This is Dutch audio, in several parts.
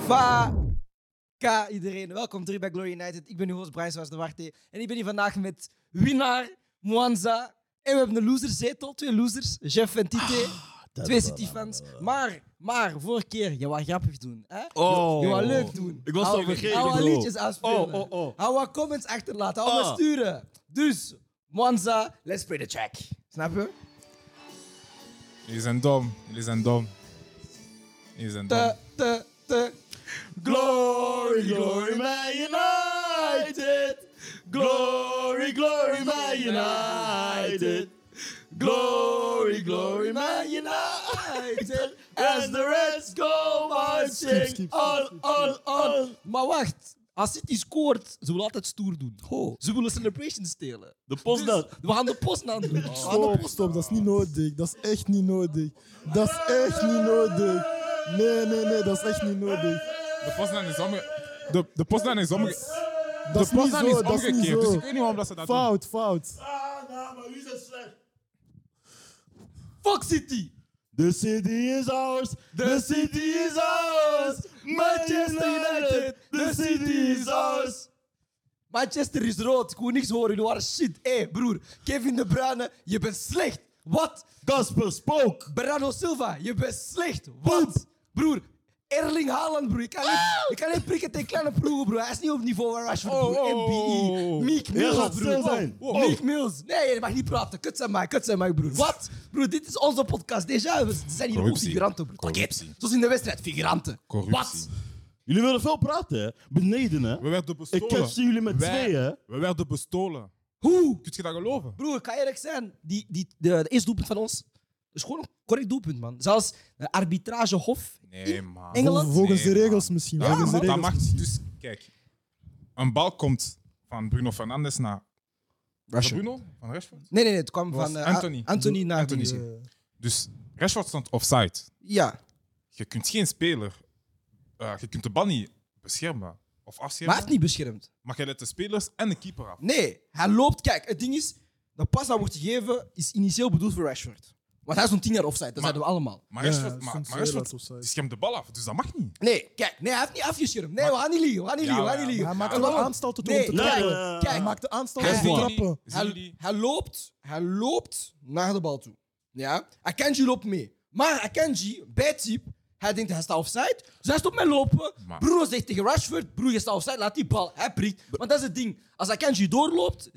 Vaka iedereen, welkom terug bij Glory United. Ik ben uw host Brian Swaas de Warte en ik ben hier vandaag met winnaar Mwanza. En we hebben een loserzetel, 2 losers, Jeff en Tite, 2 City-fans. Maar, vorige keer, je wou grappig doen. Hè? Oh. Je wou leuk doen. Ik was al vergeten, Hou bro. liedjes afspelen. Hou wat comments achterlaten, hou wat sturen. Dus, Mwanza, let's play the track. Snap je? Jullie zijn dom. Jullie zijn dom. Jullie zijn dom. Glory, glory, Man United. Glory, glory, Man United. Glory, glory, Man United. As the Reds go marching. All. Maar wacht, als City scoort, ze willen altijd stoer doen. Ze willen celebrations stelen. De postnaam. Dus we gaan de postnaam doen. Stop, dat is niet nodig. Dat is echt niet nodig. Dat is echt niet nodig. Nee, dat is echt niet nodig. De postnaam is omgekeerd. De postnaam is omgekeerd. Dat is niet zo, dat is niet Dus zo. ik weet niet waarom dat ze dat doen. Fout. Maar wie is het slecht? Fuck City! The city is ours. The city is ours. Manchester United. The city is ours. Manchester is rood, ik wil niks horen, jullie waren shit. Hé, broer, Kevin De Bruyne, je bent slecht. Wat? Casper Spook. Bernardo Silva, je bent slecht. Wat? Broer, Erling Haaland, broer. Ik kan niet prikken tegen kleine ploegen, broer. Hij is niet op niveau van Rashford, broer. MBE. Meek Mills, gaat stil broer. zijn. Meek Mills. Nee, je mag niet praten. Kut zijn mij, broer. Wat? Broer, dit is onze podcast. Déjà, we zijn hier ook Corruptie. figuranten, broer. Corruptie. Zoals in de wedstrijd, figuranten. Corruptie. Wat? Jullie willen veel praten, hè? Beneden, hè? We werden bestolen. Ik ken jullie met 2, hè? We werden bestolen. Hoe? Kun je dat geloven? Broer, ik ga eerlijk zijn. De eerste doelpunt van ons is gewoon een correct doelpunt, man. Zelfs de arbitragehof Nee, in man. Engeland. Volgens de Nee, regels man. misschien. Ja, Volgens de maar dat regels mag. misschien. Dus kijk, een bal komt van Bruno Fernandes naar. Rashford. Bruno? Van Rashford? Nee, het kwam Was van Anthony. Anthony naar Anthony. die- Dus Rashford stond offside. Ja, Je kunt geen speler. Je kunt de bal niet beschermen of maar afschermen. hij heeft niet beschermd. Maar je let de spelers en de keeper af. Nee, hij loopt. Kijk, het ding is, de pas dat wordt gegeven is initieel bedoeld voor Rashford. Want hij is zo'n 10 jaar offside, dat zeiden we allemaal. Maar Ja, Rashford, soms maar heel Rashford laat offside. schermt de bal af, dus dat mag niet. Nee, kijk, hij heeft niet afgeschermd. Nee, we gaan niet liegen. Hij maakt En wel waarom? aanstalten Nee, om te kijk, trappen. Ja. kijk. Hij maakt de aanstal Hij- om te Zien trappen. jullie? Hij loopt naar de bal toe. Ja? Akanji loopt mee. Maar Akanji, bij tip, hij denkt hij staat offside. Dus hij stopt met lopen. Maar- Bruno zegt tegen Rashford, broer, je staat offside, laat die bal. Hij prikt. Want dat is het ding. Als Akanji doorloopt,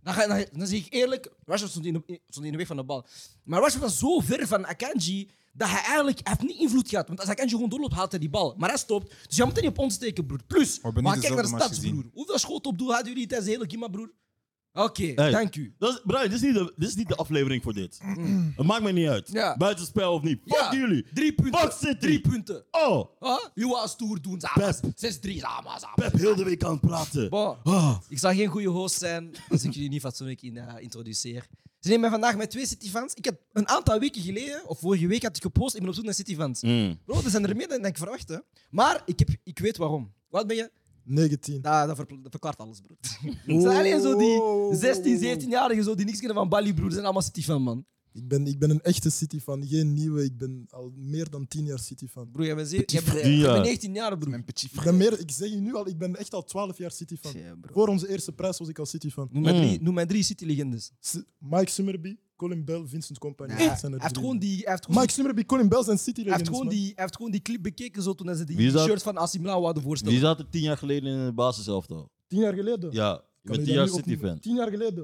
dan zeg ik eerlijk, Rashford stond in de weg van de bal. Maar Rashford was zo ver van Akanji dat hij eigenlijk hij heeft niet invloed gehad. Want als Akanji gewoon doorloopt, haalt hij die bal. Maar hij stopt. Dus je moet er niet op ons steken, broer. Plus, hebben maar niet kijk naar de dezelfde stats, match broer. Hoeveel schoten op doel hadden jullie tijdens de hele Gima, broer? Oké, Hey. dank u. Brian, dit is niet de aflevering voor dit. Het maakt mij niet uit. Ja. Buitenspel of niet. Fuck Ja, jullie. 3 punten. Fuck City. 3 punten. Oh, Je wou stoer doen, Zamas. Pep. 6-3, Zamas. Pep heel de week aan het praten. Bon, Ah. ik zal geen goede host zijn als ik jullie niet fatsoenlijk introduceer. Ze nemen mij vandaag met 2 City-fans. Ik heb een aantal weken geleden, of vorige week, had ik gepost, ik ben op zoek naar City-fans. Bro, er zijn er meer dan ik verwachtte. Maar ik weet waarom. Wat ben je? 19. Dat verklaart alles, bro. Het zijn alleen zo die 16, 17-jarigen zo, die niks kennen van Bali, broer. Dat zijn allemaal City-fan, man. Ik ben een echte City-fan, geen nieuwe. Ik ben al meer dan 10 jaar City-fan. Broer, jij bent frère. 19 jaar, broer. Een petit Ik zeg je nu al, ik ben echt al 12 jaar City-fan. Shit, bro. Voor onze eerste prijs was ik al City-fan. Noem mij 3 City-legendes. Mike Summerby, Colin Bell, Vincent Kompany. Hij Dat zijn er heeft 3. gewoon die... Mike Summerby, Colin Bell zijn Hij heeft, City-legendes, man. hij heeft gewoon die clip bekeken zo toen ze Wie die is dat? shirt van Asim Lau hadden voorstellen. Wie zat er 10 jaar geleden in de basiselftal? 10 jaar geleden? Ja, je Kan bent je 10 dat jaar nu opnieuw- City-fan. 10 jaar geleden.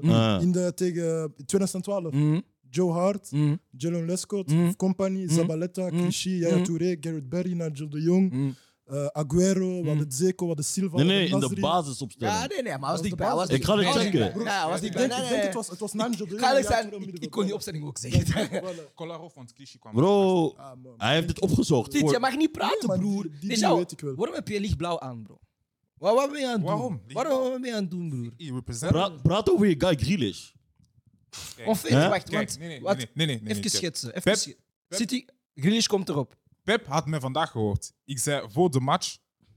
Tegen 2012. Mhm. Joe Hart, Mhm. Jalen Lescott, Mhm. Company, Zabaleta, Clichy, Yaya Touré, Gareth Barry, Nigel de Jong, Mhm. Aguero, we hadden Zeko, we hadden Silva, Nee, we nee, hadden in de Nasri. basisopstelling. Ja, nee, maar hij was de dichtbij. hij was basis. Ik ga het dichtbij. checken. Ja, hij was Ik dichtbij. denk, het was Nigel de Jong. Ga eerlijk Yaya zijn, Touré, ik kon die opstelling ook zeggen. Voilà. Kolarov, want Clichy kwam. Bro, Ah, man. hij heeft het opgezocht. Dit, voor- je mag niet praten, Nee, maar broer. die Nee, dingen weet ik wel. waarom heb je lichtblauw aan, bro? Wat ben je aan het doen? Waarom? Waarom ben je aan het doen, broer? He represent. Praat over je guy Grealish. Ongeveer, Hè? wacht, Kijk, want... nee. Even kijk. schetsen. Pep- City, Grealish komt erop. Pep had me vandaag gehoord. Ik zei voor de match: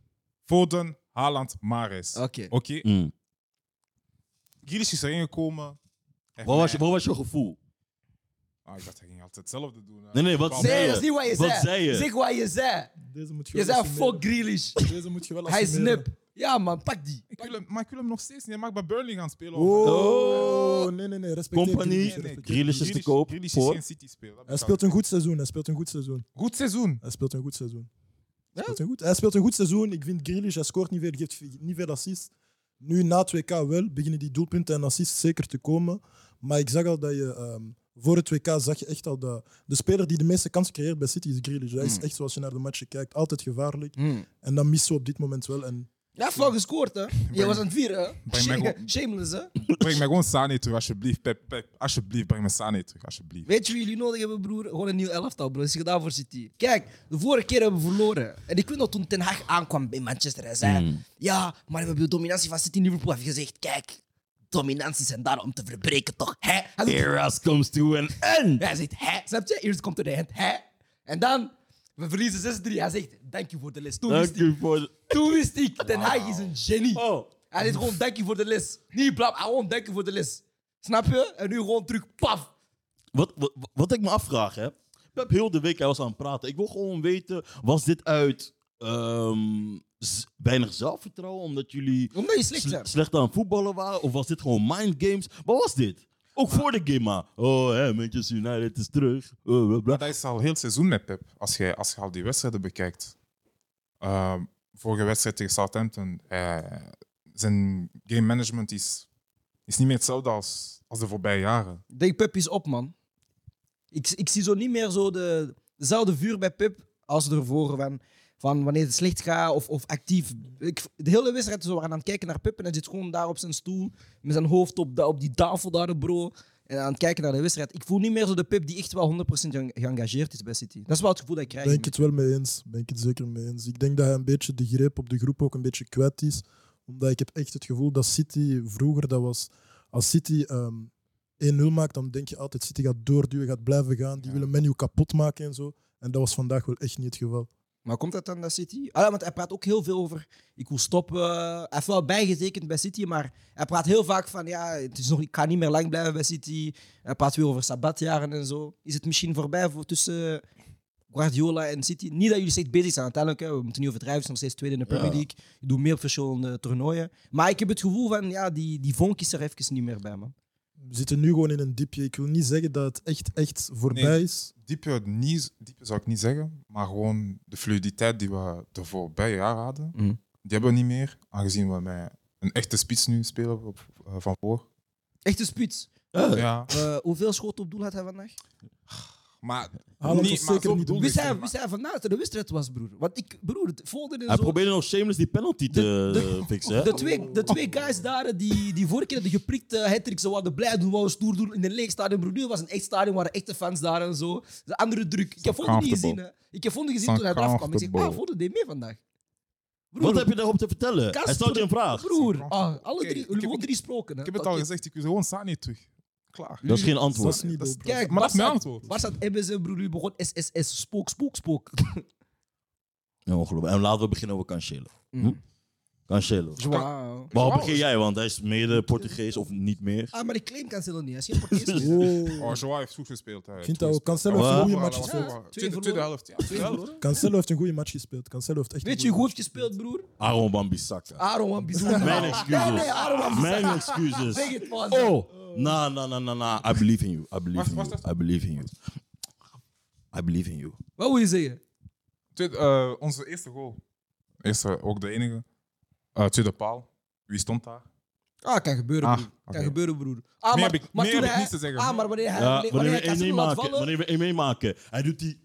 Foden, Haaland, Mahrez. Oké. Oké. Mm. Grealish is erin gekomen. Heeft Wat mij- was je gevoel? Ik dacht, hij ging altijd hetzelfde doen. Nee, wat Nee, zei je? dat is niet wat je Wat zei. zei je? Zeg wat je zei. Deze moet je Je wel zei assumeren. fuck Grealish. Deze moet je wel Hij is assumeren. nip. Ja man, pak die. Maar ik wil hem nog steeds niet. Hij mag bij Burnley gaan spelen. Oh, nee. Respecteer Company. Grealish, Nee, respecteer Grealish is te koop Grealish is voor. geen City-speler. Hij speelt een goed seizoen. Hij speelt een goed seizoen. Goed seizoen. Hij speelt een goed seizoen. Ja? Hij speelt een goed seizoen. Ik vind Grealish, hij scoort niet veel, geeft niet veel assists. Nu na 2K wel, beginnen die doelpunten en assists zeker te komen. Maar ik zag al dat je... voor het 2K zag je echt al dat... De speler die de meeste kansen creëert bij City is Grealish. Hij is echt, zoals je naar de matchen kijkt, altijd gevaarlijk. En dat mist ze op dit moment wel. En Hij heeft wel gescoord, hè? Je was aan het vieren, hè? Breng mij gewoon- Shameless, hè? Breng mij gewoon Sané terug, alsjeblieft. Pep, alsjeblieft, breng me Sané terug, alsjeblieft. Weet je wie jullie nodig hebben, broer? Gewoon een nieuw elftal, bro. Is gedaan voor City. Kijk, de vorige keer hebben we verloren. En ik weet nog toen Ten Hag aankwam bij Manchester. Hij zei, ja, maar we hebben de dominantie van City Liverpool. Hij heeft gezegd, kijk, dominanties zijn daar om te verbreken, toch? Hè? Hij zegt, Eras comes to an end. hij zegt, hè? Snap je? Eerst komt er de hand, hè? En dan, we verliezen 6-3. Hij zegt, dank je voor de les. Dank u voor... Toen wist ik, Ten Hag is een genie. Oh. Hij zegt gewoon, dank je voor de les. Niet blab, gewoon dank je voor de les. Snap je? En nu gewoon terug, paf. Wat ik me afvraag, hè. Pep heel de week hij was aan het praten. Ik wil gewoon weten, was dit uit weinig zelfvertrouwen? Omdat jullie Omdat je slecht bent. slecht aan het voetballen waren? Of was dit gewoon mind games? Wat was dit? Ook voor de game, maar. Oh, hè, Manchester United is terug. Bla, bla. Maar dat is al heel het seizoen met Pep. Als je al die wedstrijden bekijkt. Vorige wedstrijd tegen Southampton. Zijn game management is niet meer hetzelfde als de voorbije jaren. Denk Pep is op, man. Ik zie zo niet meer zo dezelfde vuur bij Pep als ervoor. Van wanneer het slecht gaat of actief. De hele wedstrijd zo aan het kijken naar Pep en hij zit gewoon daar op zijn stoel met zijn hoofd op die tafel daar, bro. En aan het kijken naar de wedstrijd. Ik voel niet meer zo de Pep die echt wel 100% geëngageerd is bij City. Dat is wel het gevoel dat ik krijg. ben ik het wel mee eens. Ben ik het zeker mee eens. Ik denk dat hij een beetje de greep op de groep ook een beetje kwijt is. Omdat ik heb echt het gevoel dat City vroeger, dat was... Als City 1-0 maakt, dan denk je altijd City gaat doorduwen, gaat blijven gaan. Die willen menu kapot maken en zo. En dat was vandaag wel echt niet het geval. Maar komt dat dan bij City? Want hij praat ook heel veel over, ik wil stoppen. Hij heeft wel bijgetekend bij City, maar hij praat heel vaak van, ja, ik ga niet meer lang blijven bij City. Hij praat weer over sabbatjaren en zo. Is het misschien voorbij tussen Guardiola en City? Niet dat jullie steeds bezig zijn uiteindelijk. Hè. We moeten niet overdrijven, ze zijn nog steeds tweede in de Premier League. Je doet meer op verschillende toernooien. Maar ik heb het gevoel van, ja, die vonk is er even niet meer bij, man. We zitten nu gewoon in een diepje. Ik wil niet zeggen dat het echt voorbij is. Diepe zou ik niet zeggen, maar gewoon de fluiditeit die we de voorbije jaren hadden, die hebben we niet meer, aangezien we met een echte spits nu spelen van voor. Echte spits. Ja, Hoeveel schoten op doel had hij vandaag? maar Haaland was zeker zo niet bedoel de ik Wist niet, hij vandaag dat de wedstrijd was, broer? Want het Foden en Hij zo... probeerde nog shameless die penalty te fixen, hè? De twee guys daar die vorige keer de geprikte hat-trick zo hadden blij doen, wouden stoer doen in een leeg stadion. Broer, nu was een echt stadion, waren echte fans daar en zo. De andere druk. Ik heb Foden niet gezien, hè. Ik heb Foden gezien toen hij eraf kwam. Ik zeg, Foden deed mee vandaag. Broer, Wat heb je daarop te vertellen? Hij stelt je een vraag. Broer, Oké, alle drie, ik heb- gewoon 3 sproken. Hè. ik heb het al gezegd, ik wil gewoon Sané terug. Klaar. Dat is geen Dat antwoord. is niet Dat is- dope. Kijk, Maar dat is mijn Barca antwoord. had MSN, broer, nu begon SSS, spook. Ja, ongelooflijk. En laten we beginnen over Cancelo. Cancelo. Wow. Waarom begin jij? Want hij is mede Portugees of niet meer. Maar ik claim Cancelo niet, hij is geen Portugees. Oh, Joao heeft goed gespeeld. Ik vind dat ook. Cancelo heeft een goede match gespeeld. Tweede helft. Ja, tweede helft. Cancelo heeft een goede match gespeeld. Cancelo heeft echt Weet je een hoe goede goed gespeeld, broer? Aaron Wan-Bissaka. Aaron Wan-Bissaka. Mijn excuses. Nee, Aaron Wan-Bissaka. Mijn excuses. Zeg het, man. Oh, nah. I believe in you. I believe in Wacht, you. wacht. I believe in you. I believe in you. Wat wil je zeggen? Onze eerste goal. Eerste, ook de enige. Tweede paal. Wie stond daar? Kan gebeuren, broer. oké. Kan gebeuren, broer. Meer heb ik toen niets te zeggen. Maar wanneer hij, Ja, wanneer wanneer hij we 1-1 Cancelo laat maken, vallen... wanneer we 1-1 maken, hij doet die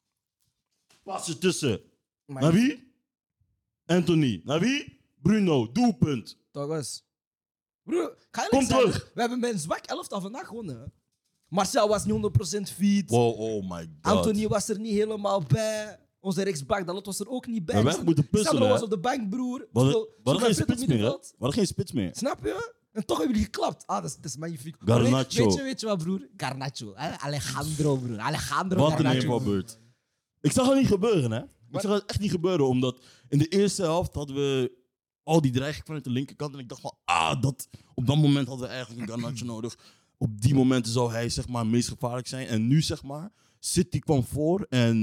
passen tussen. Maar- Naar wie? Anthony. Naar wie? Bruno. Doelpunt. Toch eens. Broer, ga je Kom eerlijk zijn, terug. we hebben met een zwak elftal vandaag gewonnen. hè. Marcel was niet 100% fit. Wow, oh my god. Anthony was er niet helemaal bij. Onze rechtsback, Dalot was er ook niet bij. Maar wij moeten puzzelen, Sandro was hè? op de bank, broer. We hadden Zo- geen zo fit op spits meer, hè? middenveld. We hadden geen spits meer. Snap je? En toch hebben jullie geklapt. Dat is magnifiek. Garnacho. Weet je wat, broer? Garnacho. Hè? Alejandro, broer. Alejandro Wat een Garnacho. eenvalbeurt. Ik zag het niet gebeuren, hè? Ik zag het echt niet gebeuren, omdat in de eerste helft hadden we al die dreiging vanuit de linkerkant. En ik dacht van, op dat moment hadden we eigenlijk een Garnacho nodig. Op die momenten zou hij, zeg maar, meest gevaarlijk zijn. En nu, zeg maar, City kwam voor en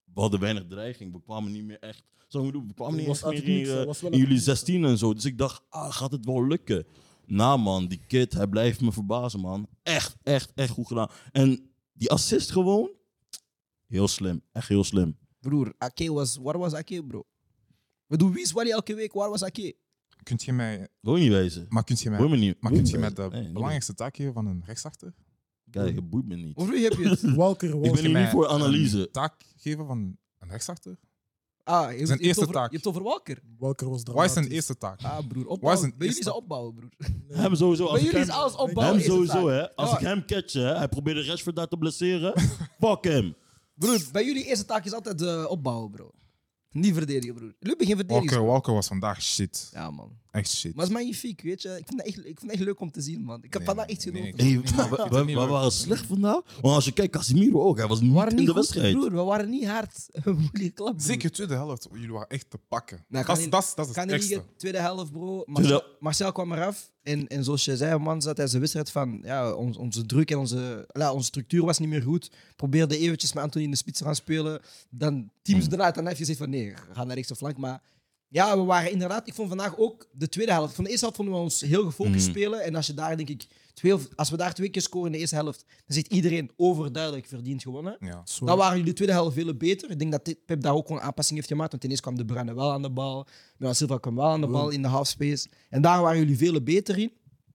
we hadden weinig dreiging. We kwamen niet meer echt... Zo bedoel, we kwamen niet Was echt uit meer het niks, hè. Was wel in jullie uit het niks, 16 en zo. Dus ik dacht, gaat het wel lukken? Nou man, die kid, hij blijft me verbazen man. Echt goed gedaan. En die assist gewoon, heel slim. Echt heel slim. Broer, waar was Ake, bro? We doen wie is Wally elke week, waar was Ake? Kunt je mij... Wil je niet wijzen? Maar kunt je mij... Wil je me niet, Maar wil kunt je me mij de wijzen? Nee, niet belangrijkste taak geven van een rechtsachter? Kijk, het boeit me niet. Over wie heb je het? Walker, Ik ben Walker. hier niet voor analyse. Een taak geven van een rechtsachter? Ah, je Zijn hebt eerste over, taak. Je hebt over Walker. Walker was Wat is dramatisch. zijn eerste taak? Ah, broer, Wat is opbouwen. een Bij jullie is eerste- dat opbouwen, broer. Hem sowieso. Als Bij ik jullie is hem, alles opbouwen. hem eerste sowieso, taak. hè. Als Ja. ik hem catch, hè. Hij probeerde Rashford daar te blesseren. Fuck hem. Broer, bij jullie eerste taak is altijd opbouwen, bro. Niet verdedigen, broer. Jullie hebben geen verdediging. Walker was vandaag shit. Ja, man. Echt shit. Maar het is magnifiek, weet je. Ik vind het echt leuk om te zien, man. Ik heb Nee, vandaag echt nee, genoten. nee. Hey, we waren slecht vandaag. Want als je kijkt, Casemiro ook. Hij was We niet waren in niet de goed, wedstrijd. broer. We waren niet hard. Moeilijke klap, broer. Zeker tweede helft, jullie waren echt te pakken. Nou, dat, kan is- dat, is- dat is Kan het niet ergste. de tweede helft, bro. Tweede- Marcel kwam eraf. En zoals je zei, man, zat tijdens de wedstrijd van... Ja, onze druk en onze structuur was niet meer goed. Probeerde eventjes met Anthony in de spits te gaan spelen. Dan teams daarna, dan heeft je gezegd van... Nee, ga naar rechts of flank. Maar ja, we waren inderdaad... Ik vond vandaag ook de tweede helft. Van de eerste helft vonden we ons heel gefocust spelen. En als je daar, denk ik... Als we daar 2 keer scoren in de eerste helft... Dan zit iedereen overduidelijk verdiend gewonnen. Ja. Dan waren jullie de tweede helft veel beter. Ik denk dat Pep daar ook gewoon aanpassing heeft gemaakt. Want ineens kwam De Bruyne wel aan de bal. Bernardo Silva kwam wel aan de bal in de halfspace. En daar waren jullie veel beter in.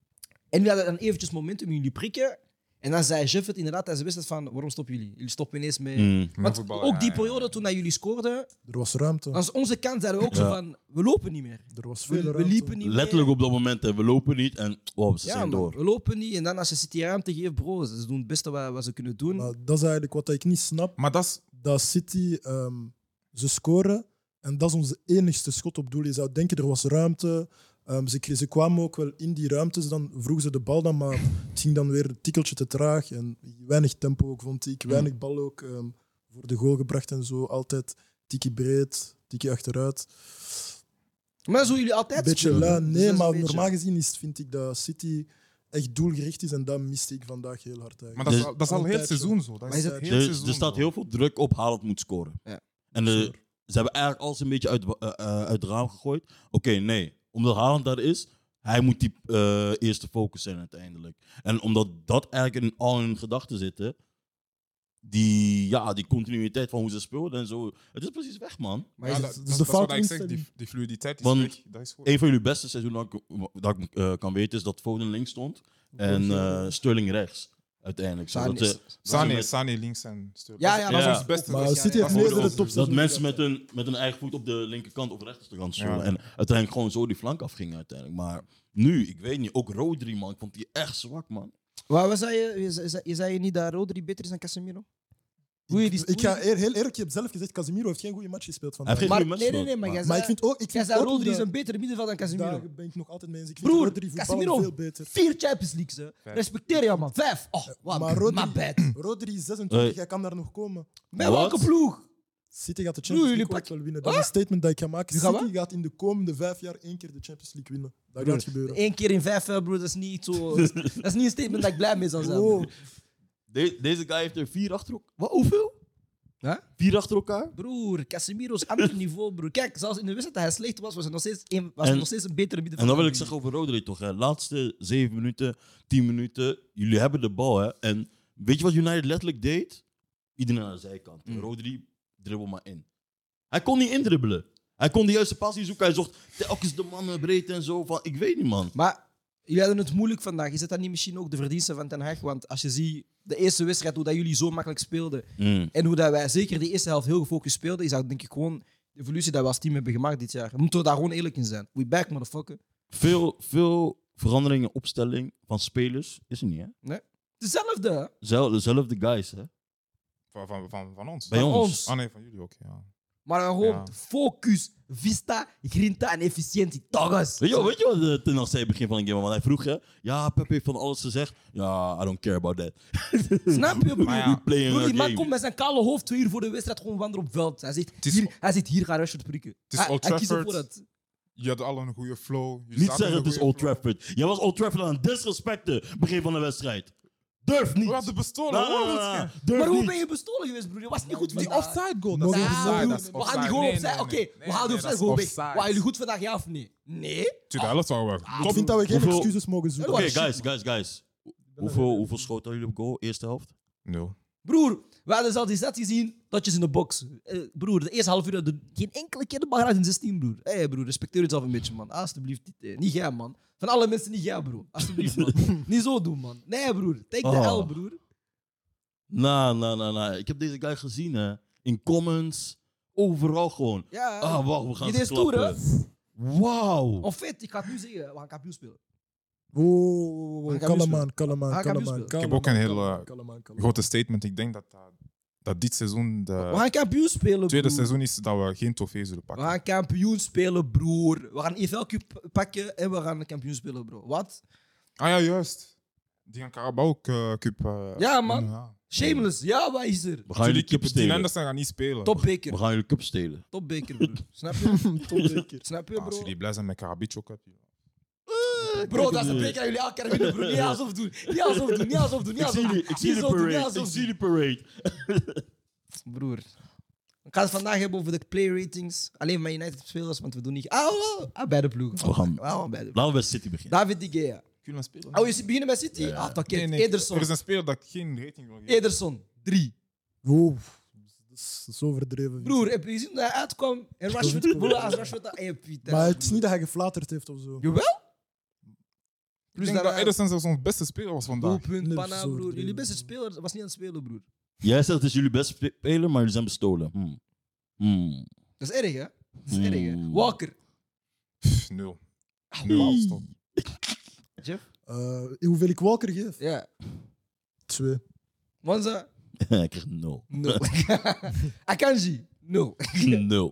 En jullie hadden dan eventjes momentum in jullie prikken. En dan zei Jeff het inderdaad tijdens de wedstrijd van... Waarom stoppen jullie? Jullie stoppen ineens mee... Want voetballen, ook die ja, periode toen dat jullie scoorden... Er was ruimte. Aan onze kant zeiden we ook zo van... We lopen niet meer. Er was veel We ruimte. liepen niet Letterlijk meer. op dat moment. Hè. We lopen niet en ze Ja, zijn man, door. we lopen niet. En dan als je City ruimte geeft, bro... Ze doen het beste wat ze kunnen doen. Maar dat is eigenlijk wat ik niet snap. Maar dat is... Dat City, ze scoren en dat is onze enigste schot op doel. Je zou denken, er was ruimte. Ze kwamen ook wel in die ruimtes, dan vroegen ze de bal dan, maar het ging dan weer een tikkeltje te traag. En weinig tempo ook, vond ik. Weinig bal ook voor de goal gebracht en zo. Altijd tikkie breed, tikkie achteruit. Maar dat doen jullie altijd Een beetje spelen. lui. Dus Nee, dat is maar een beetje- normaal gezien vind ik dat City echt doelgericht is en dat miste ik vandaag heel hard eigenlijk. Maar dat is, Dus- al- dat is al heel het Altijd seizoen zo. Dat Maar is is het het- heel seizoen Er staat zo. heel veel druk op Haaland moet scoren. Ja. En ze hebben eigenlijk alles een beetje uit het raam gegooid. Oké, nee. Omdat Haaland daar is, hij moet die eerste focus zijn uiteindelijk. En omdat dat eigenlijk al in hun gedachten zit, die continuïteit van hoe ze speelden en zo. Het is precies weg, man. Maar Ja, is dat, het- dat, de dat is wat foute ik zeg, instelling. die fluiditeit is Want- weg. Dat is goed. Een van jullie beste seizoenen dat ik kan weten is dat Foden links stond. En Sterling rechts, uiteindelijk. Sane Zodat, is- Sane links en Sterling. Ja, ja, dat is maar- ons beste. Maar dat is- City dat heeft is meerdere ons- topseizoenen. dat mensen met hun eigen voet op de linkerkant of rechterkant stonden. Ja. En uiteindelijk gewoon zo die flank afgingen uiteindelijk. Maar nu, ik weet niet, ook Rodri, man. Ik vond die echt zwak, man. Wat zei je? Je zei niet dat Rodri beter is dan Casemiro? Hoe je die Ik ga heel eerlijk, je hebt zelf gezegd, Casemiro heeft geen goede match gespeeld vandaag. Hij heeft geen Maar, goede nee, match maar gespeeld. jij Maar zei, ik vind ook... Ik jij vind zei ook Rodri is dat- een betere middenveld dan Casemiro. Daar ben ik nog altijd mee eens. Ik vind Broer, Rodri voetballen Casemiro, veel beter. 4 Champions Leagues. Hè. Respecteer je, man. 5. Oh, wat Maar Rodri- my bad. Rodri is 26, hij kan daar nog komen. Bij Wat? welke ploeg? City gaat de Broer, Champions jullie League ooit pakken- wel winnen. Dat is een statement dat ik ga maken. Nu gaan City gaat in de komende 5 jaar 1 keer de Champions League winnen. Dat Broer, gaat gebeuren. 1 keer in 5 jaar, broer, dat is niet zo... dat is niet een statement dat ik blij mee zal zijn. Oh, broer. Deze guy heeft er 4 achter elkaar. Wat, hoeveel? Huh? 4 achter elkaar? Broer, Casemiro is ander niveau, broer. Kijk, zelfs in de wedstrijd dat hij slecht was, was hij nog steeds een En- nog steeds een betere middenvelder. En dan wil ik dan zeggen over Rodri toch. Hè. Laatste 7 minuten, 10 minuten. Jullie hebben de bal. Hè. En weet je wat United letterlijk deed? Iedereen aan de zijkant. Rodri, dribbel maar in. Hij kon niet indribbelen. Hij kon de juiste passie zoeken. Hij zocht telkens de mannen breed en zo. Van, ik weet niet, man. Maar jullie hadden het moeilijk vandaag. Is het dan niet misschien ook de verdienste van Ten Hag? Want als je ziet de eerste wedstrijd, hoe dat jullie zo makkelijk speelden en hoe dat wij zeker de eerste helft heel gefocust speelden, is dat denk ik gewoon de evolutie dat we als team hebben gemaakt dit jaar. We moeten daar gewoon eerlijk in zijn. We back, motherfucker. Veel veranderingen in opstelling van spelers is er niet, hè? Hetzelfde, hè? Dezelfde guys, hè? Van ons. Bij Van ons. ons. Ah nee, van jullie ook. Ja. Maar dan gewoon Ja. focus, vista, grinta en efficiëntie. Togas. Weet je wat Ten Hag zei in het begin van de game? Want hij vroeg, hè? Ja, Pep heeft van alles gezegd. Ja, I don't care about that. Snap je, broer? Maar ja, Playing Broer, our die man game. komt met zijn kale hoofd 2 uur voor de wedstrijd gewoon wandelen op veld. Hij zegt, hier gaat Rashford prikken. is Hij- Old hij kiest Trafford. ervoor dat. Je had al een goede flow. Je Niet staat in zeggen een het is goede Old flow. Trafford. Jij was Old Trafford aan het disrespecten begin van de wedstrijd. Durf niet. We hadden bestolen. Nou, hoor, nou, dat nou, is- nou. Durf Maar hoe niet. ben je bestolen geweest, broer? Je was niet goed Die vandaag. offside goal, Mogen dat is we- offside. mogen dat is We gaan die offside. gewoon Nee, opzij. nee, Oké, nee. we gaan die Nee, opzij dat gewoon is weg. offside. Waren jullie goed vandaag, ja of nee? Nee? Tweede helft waren we Ik vind dat we geen Hoeveel- excuses mogen zoeken. Oké, shit, guys. Hoeveel schoten hadden jullie op goal? Eerste helft? 0. Broer, we hadden zelfs die set gezien, datjes in de box. Broer, de eerste half uur hadden we geen enkele keer de bal geraakt in 16, broer. Hé, broer, respecteer jezelf een beetje, man. Alsjeblieft, niet, niet jij, man. Van alle mensen, niet jij, broer. Alsjeblieft, man. Niet zo doen, man. Nee, broer. Take the Oh. L, broer. Nou. Ik heb deze guy gezien, hè. In comments. Overal gewoon. Ja. Wacht, we gaan Je ze deed stoer, hè? klappen. Wauw. En fait, ik ga het nu zeggen, we gaan kampioen spelen. Oh, Gaan kampioen kalm aan, kalm aan, Gaan kalm kampioen aan. spelen. Ik heb ook een heel kalm aan. grote statement. Ik denk dat dit seizoen We de gaan kampioen spelen, tweede broer. seizoen is dat we geen trofee zullen We pakken. gaan kampioen spelen, broer. We gaan EFL Cup pakken en we gaan een kampioen spelen, bro. Wat? Ah ja, juist. Die gaan Carabao Cup. Ja, man. Ja. Shameless. Ja, wat is er? We gaan jullie cup Dean stelen. Anderson gaat niet spelen. We Topbeker. gaan jullie cup stelen. Topbeker, broer. Snap je? Topbeker. Snap je, Als bro? jullie blij zijn met Karabic ook. Bro, dat is een beker dat jullie elke keer winnen, broer. Niet alsof doen. Niet alsof doen. Niet alsof doen. Niet Ik alsof zie doen. jullie, ik zie Niet jullie alsof doen, niet parade. alsof Ik zie doen. jullie parade. Broer. We gaan het vandaag hebben over de play ratings. Alleen maar United spelers, want we doen niet... Beide ploegen. We gaan- Beide ploegen. Laten we bij City beginnen. David De Gea. Kunnen we spelen? Oh, je beginnen bij City? Ja. Dat Nee, kent nee. Ederson. Er is een speler dat ik geen rating wil geven. Ederson. 3. Wow, dat is zo overdreven. Broer, heb je gezien dat hij uitkwam en Rashford... Broer, als Rashford dat... Hey, Pieter. Maar het is niet dat hij geflaterd heeft of zo. Jawel? Ik denk dat Ederson zelfs ons beste speler was vandaag. Doelpunt, Nee, Panna, zo broer. overdreven. Jullie beste speler was niet aan het spelen, broer. Jij zegt het is jullie beste speler, maar jullie zijn bestolen. Dat is erg, hè? Dat is erg, hè? Hmm. Walker. 0. 0, stop. Jeff? Hoeveel ik Walker geef? Ja. 2. Monza? Ik krijg 0. 0. Akanji? 0. 0.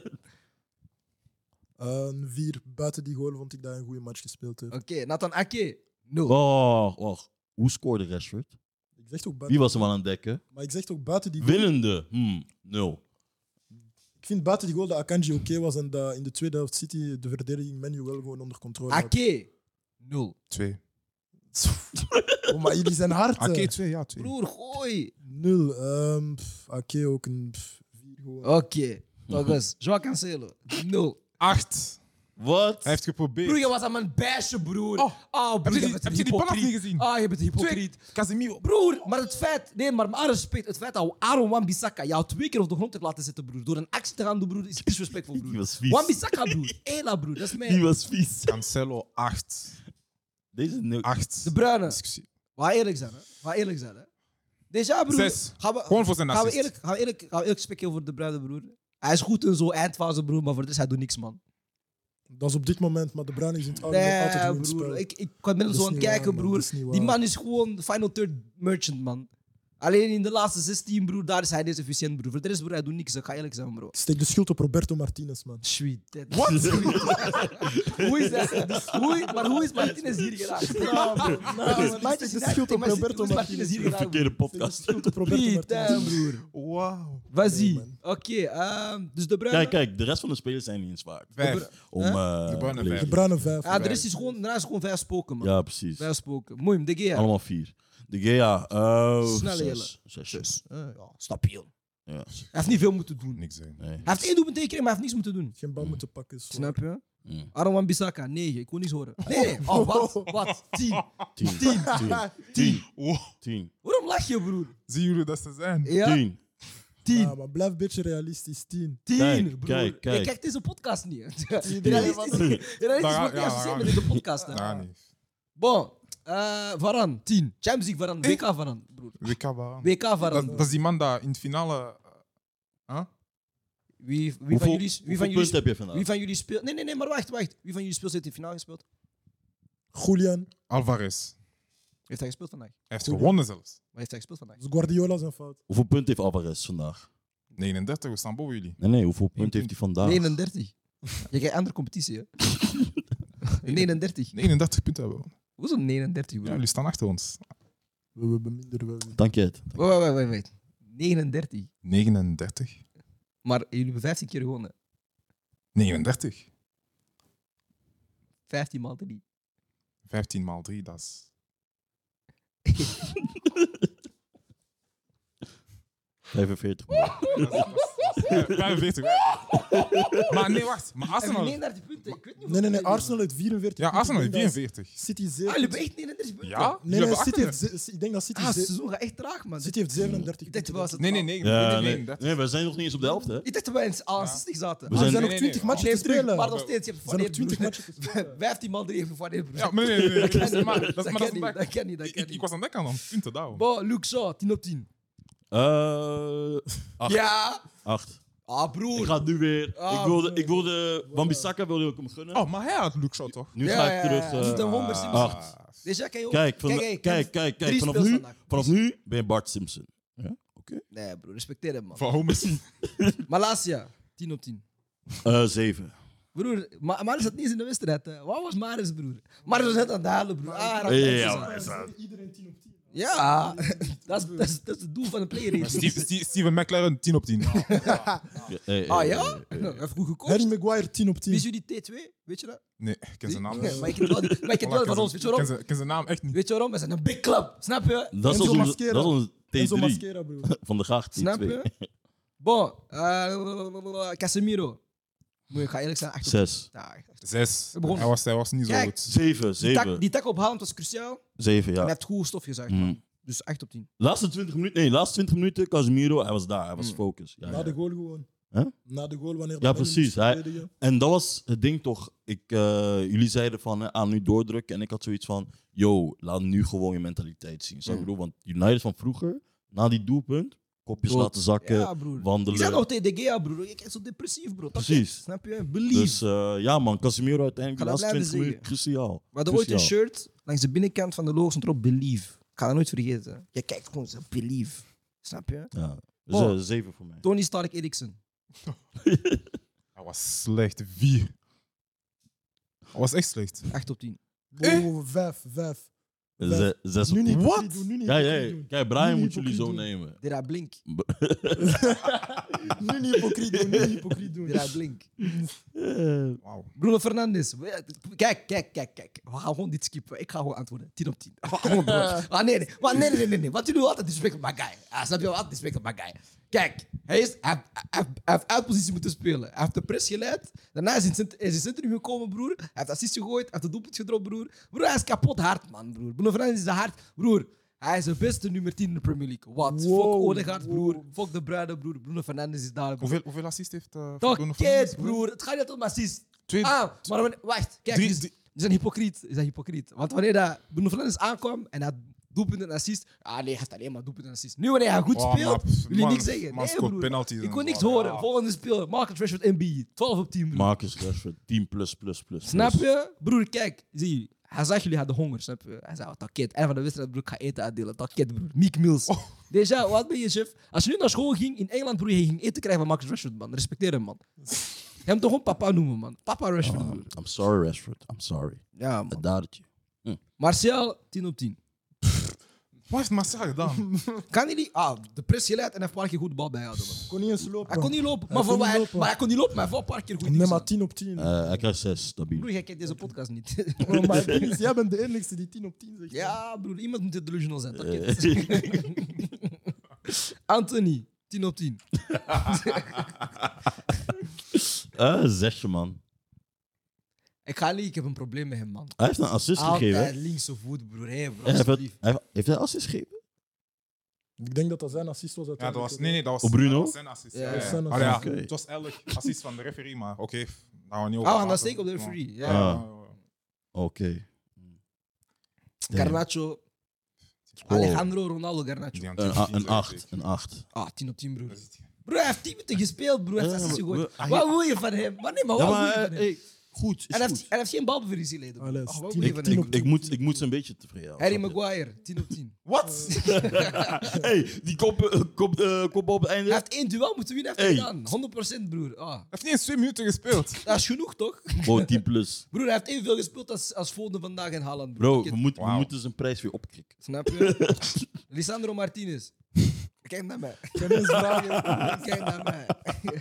4. Buiten die goal vond ik dat hij een goede match gespeeld heeft. Oké, Nathan Ake? 0. Wacht. Hoe scoorde Rashford? Ik zeg toch buiten, Wie was hem aan het dekken? maar ik zeg toch buiten die goal. Winnende. 0. Ik vind buiten die goal dat Akanji oké was en dat in de tweede helft City de verdediging menu wel gewoon onder controle had. Ake? 0. 2. Oh, maar jullie zijn hard. Oké, 2, ja, 2. Broer, gooi. 0. Ake ook een 4 gewoon. Oké. Toch eens. Joao Cancelo? 0. 8. Wat? Hij heeft geprobeerd. Broer, je was aan mijn bashen, broer. Oh. Broer, je bent Heb een je die balaf hypocriet. niet gezien? Je bent een hypocriet. Casemiro. Broer, maar het feit, nee, maar met alle respect, het feit dat Aaron Wan-Bissaka jou 2 keer op de grond hebt laten zitten, broer, door een actie te gaan doen, broer, is disrespectful, Die broer. was vies. Wan-Bissaka, broer. Ela, broer, dat is Die mij. was vies. Cancelo 8. Deze 0. 8. De Bruyne. Discussie. Waar eerlijk zijn, hè? Waar eerlijk zijn, hè? Déjà, broer. 6. Gaan we, Gewoon voor zijn gaan we assist. eerlijk spreken over De Bruyne, broer. Hij is goed in zo'n eindfase, broer, maar voor de rest, hij doet niks, man. Dat is op dit moment, maar de Bruyne is in het algemeen altijd Nee, goed broer. spel. Ik kan met hem Dat is zo aan het niet kijken, waar, man. broer. Dat is niet Die waar. man is gewoon de final third merchant, man. Alleen in de laatste 16, broer, daar is hij deze efficiënt, broer. Voor de rest, broer, hij doet niks. Ik ga eerlijk zijn, bro. Ik steek de schuld op Roberto Martinez, man. Sweet. What? Hoe is dat? Maar hoe is Martinez hier geraakt? Ik steek de schuld op Roberto Hoe is Martinez hier geraakt? Verkeerde Ik steek de podcast. schuld op Roberto Piet, Martinez. broer. Wauw. Vas-y. man. Oké, dus De Bruyne. Kijk, de rest van de spelers zijn niet in zwaar. 5. Om, De Bruyne te 5. De Bruyne 5. Ah, er is gewoon 5 spoken, man. Ja, precies. 5 spoken. Mooi, De Gea. Allemaal 4. De Gea. Snelle 6. hele. 6. Ja, stabiel. Ja. Hij heeft niet veel moeten doen. Niks zeggen. Nee. Hij heeft 1 doelpunt gekregen, maar hij heeft niks moeten doen. Geen bal moeten pakken. Zo. Snap je? Mm. Aaron Wan-Bissaka, 9. Ik wil niets horen. Nee. Oh, wat? 10. 10. 10. 10. Wow. 10. Waarom lach je, broer? Zien jullie dat ze zijn? Ja? 10. 10. Ja, maar blijf een beetje realistisch. 10. 10, Kijk, broer. kijk, kijk. Je kijkt deze podcast niet. hè. Tien. Realistisch Daar- wordt niet ja, associëren ja. met deze podcast. hè. Ja, nee. Bon, Varane, 10. Champions League Varane, WK Varane, broer. WK Varane. WK Varane. Dat is die man dat in het finale... Wie van Hoeveel jullie... punten heb je vandaag? Wie van jullie speelt... Nee, maar wacht. Wie van jullie speelt heeft in de finale gespeeld? Julian. Alvarez. Heeft hij gespeeld vandaag? Hij heeft gewonnen zelfs. Waar heeft hij gespeeld vandaag? Dat is Guardiola zijn fout. Hoeveel punten heeft Alvarez vandaag? 39, we staan boven jullie. Nee, hoeveel punten heeft hij vandaag? 39. Je krijgt andere competitie, hè? 39. 39 punten hebben we. Hoezo 39, Ja, broer? jullie staan achter ons. We hebben minder wel. Dank je het. Wait. 39. 39. Maar jullie hebben 15 keer gewonnen. 39. 15 maal 3. 15 maal 3, dat is... 45. 45. Maar nee, wacht. Maar Heb je Arsenal... 39 punten? Ik weet niet Nee, Arsenal heeft 44. Ja, Arsenal heeft Ik denk dat 44. City Ah, 7. jullie hebben echt 39 punten? Ja? Nee, Jullie City hebben heeft... Ik denk dat City... Ah, het seizoen gaat echt traag, man. City heeft 37 Ik dacht, punten. was het Nee, nee, Ja, nee. nee, we zijn nog niet eens op de helft, hè? Ik dacht dat wij al aan 60 zaten. We Er zijn- zijn nog nee, 20 nee. matchen te spelen. Maar nog steeds, je hebt Er zijn nog van 20 matchen te spelen. 15 man 3 van de Ja, maar nee. Dat kan niet. Maar Dat dat kan is niet. back. Dat kan niet. Dat kan Ik niet. was aan het denken aan punten daarom. Bon, Luke Shaw, 10 op 10. 8. Ja. 8. Ah, Ik broer. ga het nu weer. Ah, Ik wilde Wan-Bissaka wilde ik hem gunnen. Oh, maar hij had Luke Shaw toch? Nu Ja, ga ja, ik ja, terug. ja. Doet een wonder, Simpson. 8. Dus ja, kan je ook... Kijk, Kijk, kijk. drie Vanaf speels nu, vandaag. vanaf nu ben je Bart Simpson. Ja? Oké. Nee, broer, respecteer hem, man. Van Homes. Malasia, 10 op 10. 7. Broer, Maris had niet eens in de wedstrijd. Hè. Wat was Maris, broer? Maris was net aan het halen, broer. Ah, hij Ja, had ja, mensen. Iedereen 10 op 10. Ja, dat is het doel van een player. rating. Steven McLaren, 10 op 10. Ah ja? Even goed gekocht. Harry Maguire 10 op Wie is 10. jullie T2? Weet je dat? Nee, ik ken zijn naam Nee, niet. maar ik ken het wel van ons. Weet je waarom? Ik ken zijn naam echt niet. Weet je waarom? We zijn een big club. Snap je? Dat is Enzo onze Mascara. Enzo T3 Mascara, bro. van de gracht. Snap T2. je? Bon, Casemiro. Ik ga eerlijk zijn, 8 op 10. 6. Ja, 6. We begonnen. Hij was niet zo Kijk. goed. 7. Die tackle op Haaland was cruciaal. 7, En hij ja. heeft goed stof gezuigd. Mm. man. Dus 8 op 10. Laatste 20 minuten, Casemiro, hij was daar. Hij was focus. Ja, Na ja. de goal gewoon. Huh? Na de goal, wanneer Ja, de precies. Bayern moest Hij- verdedigen. En dat was het ding toch. Jullie zeiden van aan nu doordrukken. En ik had zoiets van: yo, laat nu gewoon je mentaliteit zien. Snap je wat ik bedoel? Want United van vroeger, na die doelpunt, kopjes Bro, laten zakken, Ja, broer. Ik zei wandelen. nog tegen De Gea, broer. Ik ben zo depressief, bro. Dat Precies. is, snap je? Believe. Dus ja, man, Casemiro uiteindelijk de Ga dat laatste 20 blijven minuten cruciaal. We hadden ooit een Cruciaal. shirt, langs de binnenkant van de logo stond erop Believe. Ik ga dat nooit vergeten. Je kijkt gewoon zo, Believe. Snap je? Ja. Dus, Oh. 7 voor mij. Tony Stark Eriksen. Hij was slecht. 4. Hij was echt slecht. 8 op 10. Oh, 5. 6 Nu op niet 10. hypocriet doen, nu niet Ja, hypocriet ja. doen. Kijk, Brian Nu moet jullie zo hypocriet doen. nemen. Dera Blink. Nu niet hypocriet doen, nu niet hypocriet doen. Dera Blink. Wauw. Bruno Fernandes. Kijk. We gaan gewoon dit skippen. Ik ga gewoon antwoorden. 10 op 10. Gewoon door. Ah, nee. Nee. Want jullie doen altijd disrespect op my guy. Snap je? Altijd disrespect op my guy. Kijk, hij heeft uit positie moeten spelen. Hij heeft de press geleid. Daarna is hij in zijn centrum gekomen, broer. Hij heeft assist gegooid. Hij heeft de doelpunt gedropt, broer. Broer, hij is kapot hard, man, broer. Bruno Fernandes is de hard. Broer, hij is de beste nummer 10 in de Premier League. Wat? Wow, Fuck Odegaard, broer. wow. Fuck de Bruyne, broer. Bruno Fernandes is daar, broer. Hoeveel assist heeft Bruno Toch, Fernandes? kid, broer. Het gaat niet om assist. Twee- Maar wacht. Kijk, Drie- die zijn hypocriet. Die zijn hypocriet. Want wanneer dat Bruno Fernandes aankwam en hij had doelpunten en assist. Ah nee, hij heeft alleen maar doelpunten en assist. Nu wanneer hij goed Oh, speelt, maar- wil je man- niks zeggen. man Nee, scoort broer. penalties Ik en kon niks zo. horen. Ja. Volgende speel, Marcus Rashford MB. 12 op 10, broer. Marcus Rashford, 10 plus. Snap je? Broer, kijk. Zie je. Hij zag jullie hadden honger, snap je? Hij zei, takket. En van de wedstrijd, broer, ik ga eten uitdelen. Takket, broer. Meek Mills. Déjà, wat ben je, chef? Als je nu naar school ging, in Engeland, broer, je ging eten krijgen van Marcus Rashford, man. Respecteer hem, man. Je hem toch gewoon papa noemen, man. Papa Rashford, broer. I'm sorry, Rashford. I'm sorry. Ja, man. Dat dadertje. Martial, 10 op 10. Wat heeft Marcel gedaan? Kan hij niet? Ah, de press geleid en hij heeft een paar keer goed de bal bijhouden, man. Kon niet eens lopen. Hij kon niet lopen. Hij Maar, kon niet lopen. maar hij kon niet lopen, maar hij heeft wel een paar keer goed Nee, maar ingezet. 10 op 10. Hij krijgt 6, stabiel. Broer, jij kijkt deze podcast niet. Oh, maar het ding is, jij bent de enigste die 10 op 10 zegt. Ja, broer, iemand moet delusional zijn. Takket. Anthony, 10 op 10. 6, man. Ik ga niet, ik heb een probleem met hem, man. Hij heeft een assist gegeven. Altijd linkse voet, broer. Hey, bro, Hij heeft, alsjeblieft. heeft hij assist gegeven? Ik denk dat dat zijn assist was. Ja, dat uiteindelijk. was, nee, dat was, Op Bruno? dat was zijn assist. Ja, Ja, ja. ja. Dat was zijn Ah, ja. assist. Oké. Het was eigenlijk assist van de referee, maar oké. Daar gaan we niet over Ah, we gaan praten. dat steken op de referee. Ja. Ah. Oké. Garnacho. Alejandro Ronaldo Garnacho. Die aan Een 10 zeker. 8. Een 8. Ah, 10 op 10, broer. Dat is het. Broer, hij heeft 10 minuten gespeeld, broer. Hij heeft Ja, assist maar- gegooid. maar- Wat wil je van hem? Maar nee, maar Ja, wat wil maar je van hem? hey, goed. Is En hij goed. heeft geen balbeverlies geleden. Allee, Ach, wat 10 wil je op van 10 hem? op Ik moet ze een beetje tevreden houden. Harry Maguire, 10 op 10. Wat? Hey, die kop op het einde. Hij heeft 1 duel moeten winnen, heeft hij Hey. gedaan. 100% broer. Ah, Hij heeft niet eens 2 minuten gespeeld. dat is genoeg, toch? Bro, 10 plus. Broer, hij heeft evenveel gespeeld als Foden vandaag in Haaland. broer. Bro, Kijk, we Wauw. moeten zijn prijs weer opkrikken. Snap je? Lisandro Martinez. Kijk naar mij. Geen eens vragen. Kijk naar mij.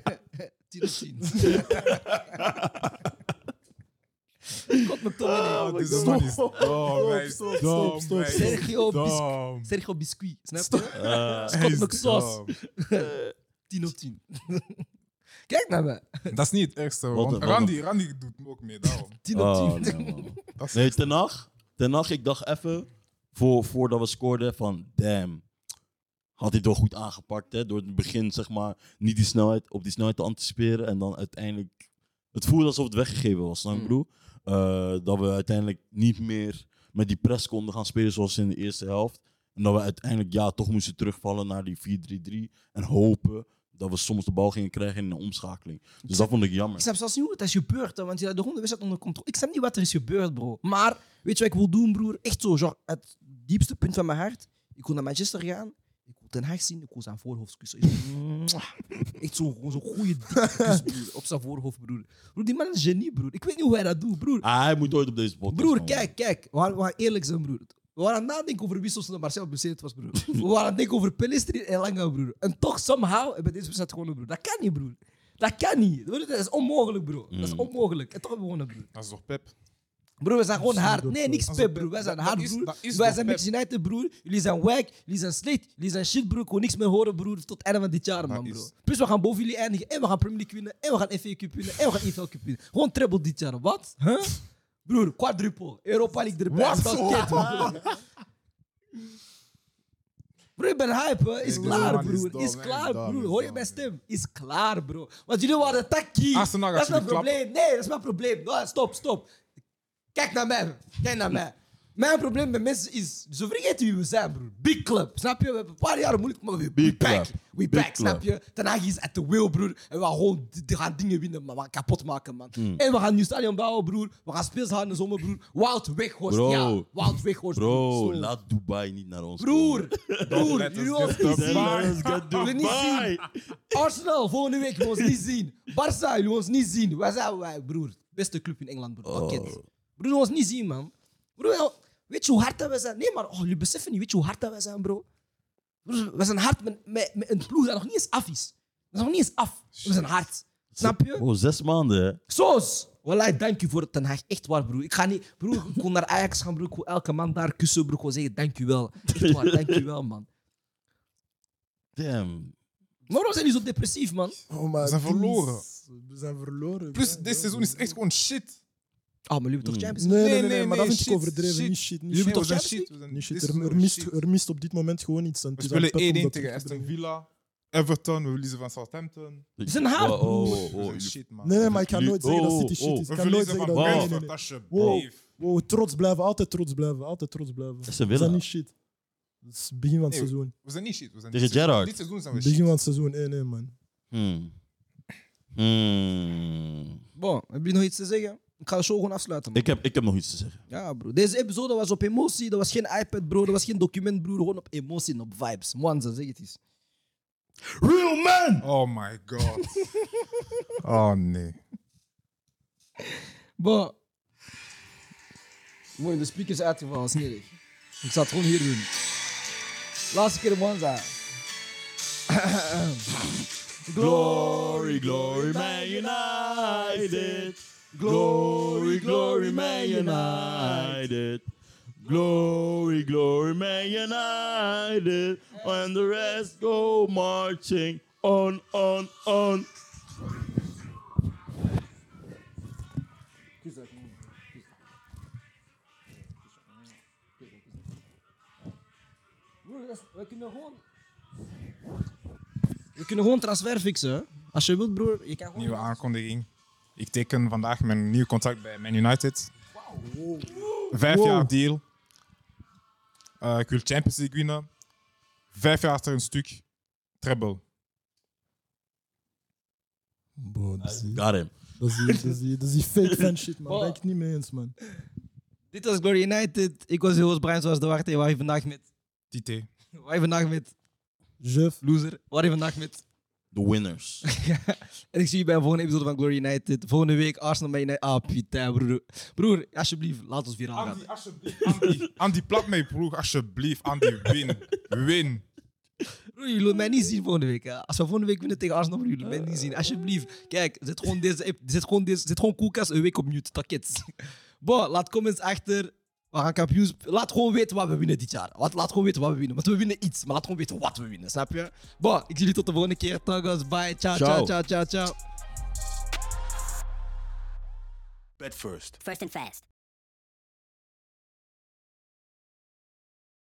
10 op 10. God, mijn tong in. my Deze God. man is dom. Hij is stop, dom, stop. hij is Sergio dom. Biscuit, snap je? Hij Scott is McSauce. dom. 10 op 10. Kijk naar me. Dat is niet het ergste, Wat want een- Randy doet me ook mee, daarom. 10 op 10. Oh, nee, man. Dat is Nee, Ten Hag, ik dacht even, voordat we scoorden, van damn. Had hij het wel goed aangepakt, hè? Door het begin, zeg maar, niet op die snelheid te anticiperen. En dan uiteindelijk, het voelde alsof het weggegeven was, snap je, broer? Dat we uiteindelijk niet meer met die press konden gaan spelen zoals in de eerste helft. En dat we uiteindelijk toch moesten terugvallen naar die 4-3-3. En hopen dat we soms de bal gingen krijgen in een omschakeling. Dus dat vond ik jammer. Ik snap zelfs niet hoe het is gebeurd, hè, want je had de ronde wedstrijd onder controle. Ik snap niet wat er is gebeurd, bro. Maar, weet je wat ik wil doen, broer? Echt zo, genre, het diepste punt van mijn hart. Ik wil naar Manchester gaan. Ik wil Ten Hag zien. Ik wil zijn voorhoofd kussen. Echt zo'n goede dikke kus, broer. Op zijn voorhoofd, broer. Broer, die man is een genie, broer. Ik weet niet hoe hij dat doet, broer. Hij moet ooit op deze podcast Broer, komen. kijk. We gaan eerlijk zijn, broer. We waren aan het nadenken over wissels toen Marcel blesseerd was, broer. We waren aan het denken over Pelistri en Elanga, broer. En toch, somehow, hebben we deze wedstrijd gewonnen, broer. Dat kan niet, broer. Dat kan niet. Dat is onmogelijk, bro. Dat is onmogelijk. En toch hebben we gewonnen, broer. Dat is toch Pep? Broer, we zijn gewoon hard. Nee, niks Dat is pep, Pep. broer. Wij zijn Dat hard, is- broer. dat is Wij toch zijn Pep. Manchester United, broer. Jullie zijn wack, jullie zijn slecht, jullie zijn shit, broer. Ik wil niks meer horen, broer, tot het einde van dit jaar, man, is- bro. Plus, we gaan boven jullie eindigen en we gaan Premier League winnen en we gaan FA Cup winnen en we gaan EFL Cup winnen. Gewoon treble dit jaar. Wat? Huh? Broer, quadruple. Europa League erbij. Wat? Scout, broer. Broer, ik ben hype, hè. Is Nee, klaar, man, is broer. dom, Is hè. klaar, Dom, broer. is Hoor je dom, mijn ja. stem? Is klaar, bro. Want jullie waren takkie. Arsenal Dat is gaat mijn jullie probleem. Nee, dat is mijn probleem. Nou, stop. Kijk naar mij. Kijk naar mij. Mijn probleem met mensen is, ze vergeten wie we zijn, broer. Big club, snap je? We hebben een paar jaar moeilijk, maar we Big back. club. We Big back, club. snap je? Ten Hag is at the will, broer. En we gaan gewoon gaan dingen winnen, maar we gaan kapot maken, man. En we gaan een nieuw stadion bouwen, broer. We gaan speels halen in de zomer, broer. Wout Weghorst, Bro. ja. Wout Weghorst, Bro, Zo. laat Dubai niet naar ons Broer, komen. Let jullie us ons get niet the zien. bar. Let's get Jullie niet Dubai. Arsenal, volgende week, jullie ons niet zien. Barça, jullie ons niet zien. Wij zijn, broer, beste club in Engeland, broer. Pakket. Broer, jullie ons niet zien, man. Broer, weet je hoe hard dat we zijn? Nee, maar jullie beseffen niet, weet je hoe hard dat wij zijn, bro? Broer, we zijn hard met een ploeg dat nog niet eens af is. Dat is nog niet eens af. We zijn hard. Snap je? Oh, 6 maanden, hè? Zoals. Wallahi, dank je voor het Ten Hag. Echt waar, broer. Ik ga niet... Broer, ik wil naar Ajax gaan, broer. Ik wil elke man daar kussen, broer. Ik wil zeggen, dank je wel. Echt waar, dank je wel, man. Damn. Maar waarom zijn jullie zo depressief, man? Oh, maar We zijn het ding verloren. is- We zijn verloren. Plus, Ja, dit ja, seizoen is echt gewoon shit. Oh, maar jullie hebben toch Champions League? Nee, maar dat vind ik shit, overdreven. shit. Niet shit, niet Jullie shit. hebben We zijn toch shit. We zijn- Niet shit. dit seizoen Er is mist, shit. er mist op dit moment gewoon iets. En We het is spelen aan Pep om 1-1 dat tegen terug te Aston brengen. Villa. Everton, we verliezen van Southampton. Ze zijn hard, Oh, broer. oh, We oh, zijn shit, man. Nee, maar ik ga nooit zeggen dat City oh, shit oh. is. We Ik ga nooit verliezen zeggen van dat... Nee, nee, Brentford, nee. Wow, alsjeblieft. wow, trots blijven. Altijd trots blijven. Altijd trots blijven. Aston We Villa. zijn niet shit. Het is het begin van het Nee, seizoen. We zijn niet shit. We zijn Tegen dit seizoen- Gerrard. Dit seizoen zijn we Begin shit. van het seizoen 1-1, man. Bon, heb je nog iets te zeggen? Ik ga de show gewoon afsluiten, man. Ik heb nog iets te zeggen. Ja, bro. Deze episode was op emotie. Dat was geen iPad, bro. Dat was geen document, bro. Gewoon op emotie en op vibes. Mwanza, zeg het eens. Real man! Oh my god. Oh nee. Bon. Mooi, de speakers uitgevallen. Snerig. Ik zal het gewoon hier doen. Laatste keer Mwanza. Glory, glory, Man United. Glory, glory, Man United. Glory, glory, Man United. And the rest go marching on, on. We kunnen gewoon transfer fixen, hè. Als je wilt, broer. Je kan gewoon... Nieuwe aankondiging. Ik teken vandaag mijn nieuw contract bij Man United. 5 jaar deal. Ik wil Champions League winnen. 5 jaar achter een stuk. Treble. Bro, dat is die- Got him. dat is die fake fan shit, man. Wow. Daar ben ik het niet mee eens, man. Dit was Glory United. Ik was de host Brian zoals de Wart. En waar je vandaag met... Tite. Waar je vandaag met... Jeff. Loser. Waar je vandaag met... The winners. En ik zie je bij een volgende episode van Glory United. Volgende week Arsenal bij United. Ah, putain, broer. Broer, alsjeblieft, laat ons viraal gaan. Andy, alsjeblieft. Andy, plat mij, broer. Alsjeblieft. Andy, win. Win. Broer, jullie willen mij niet zien volgende week. Hè. Als we volgende week winnen tegen Arsenal, jullie willen mij niet zien. Alsjeblieft. Kijk, zet gewoon koelkast een week op mute. Takket. Bon, laat comments achter. We gaan kampioens. Laat gewoon weten wat we winnen dit jaar. Laat gewoon weten wat we winnen. Want we winnen iets, maar laat gewoon weten wat we winnen. Snap je? Bon, ik zie jullie tot de volgende keer. Tagos, bye. Ciao, ciao, ciao, ciao, ciao. Bet first. First and fast.